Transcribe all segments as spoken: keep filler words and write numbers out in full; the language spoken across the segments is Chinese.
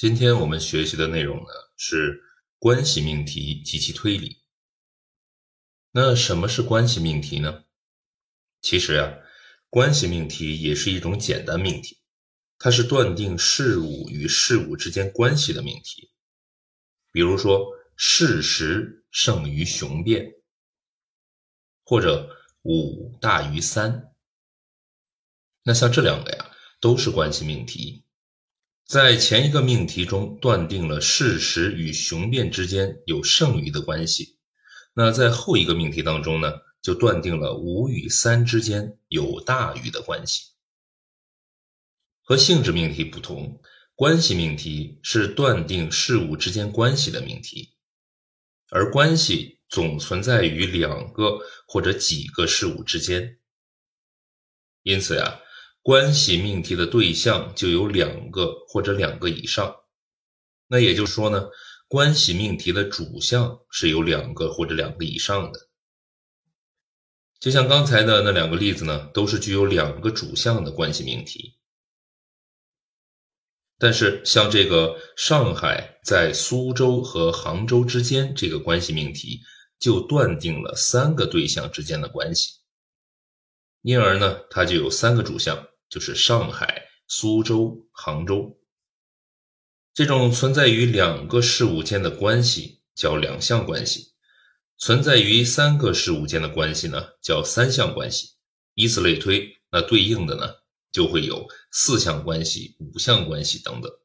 今天我们学习的内容呢是关系命题及其推理。那什么是关系命题呢？其实啊，关系命题也是一种简单命题，它是断定事物与事物之间关系的命题。比如说事实胜于雄辩，或者五大于三。那像这两个呀，都是关系命题。在前一个命题中断定了事实与雄辩之间有剩余的关系，那在后一个命题当中呢，就断定了五与三之间有大于的关系。和性质命题不同，关系命题是断定事物之间关系的命题，而关系总存在于两个或者几个事物之间。因此呀，关系命题的对象就有两个或者两个以上。那也就是说呢，关系命题的主项是有两个或者两个以上的。就像刚才的那两个例子呢，都是具有两个主项的关系命题。但是像这个上海在苏州和杭州之间这个关系命题，就断定了三个对象之间的关系。因而呢，它就有三个主项，就是上海、苏州、杭州。这种存在于两个事物间的关系叫两项关系，存在于三个事物间的关系呢叫三项关系。以此类推，那对应的呢就会有四项关系、五项关系等等。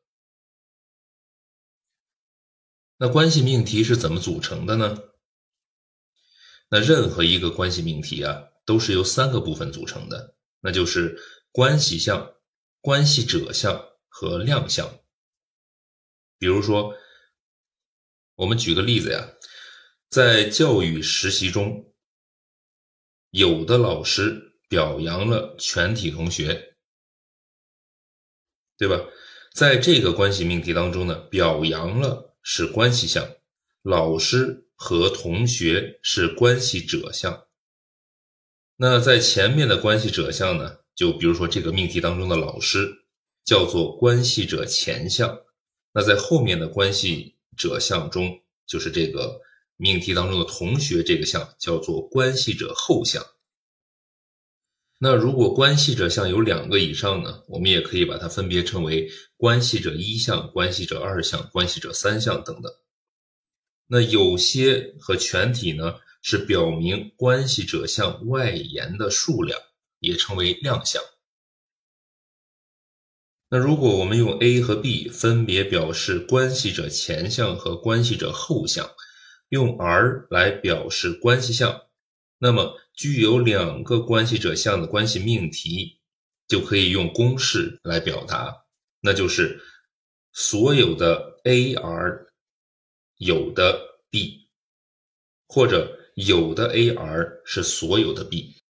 那关系命题是怎么组成的呢？那任何一个关系命题啊，都是由三个部分组成的，那就是关系项、关系者项和量项。比如说，我们举个例子呀，在教育实习中，有的老师表扬了全体同学，对吧？在这个关系命题当中呢，表扬了是关系项，老师和同学是关系者项。那在前面的关系者项呢，就比如说这个命题当中的老师叫做关系者前项，那在后面的关系者项中，就是这个命题当中的同学这个项叫做关系者后项。那如果关系者项有两个以上呢，我们也可以把它分别称为关系者一项、关系者二项、关系者三项等等。那有些和全体呢，是表明关系者项外延的数量，也称为量项。那如果我们用 A 和 B 分别表示关系者前项和关系者后项，用 R 来表示关系项，那么具有两个关系者项的关系命题就可以用公式来表达，那就是所有的 A R 有的 B， 或者有的 A R 是所有的 B。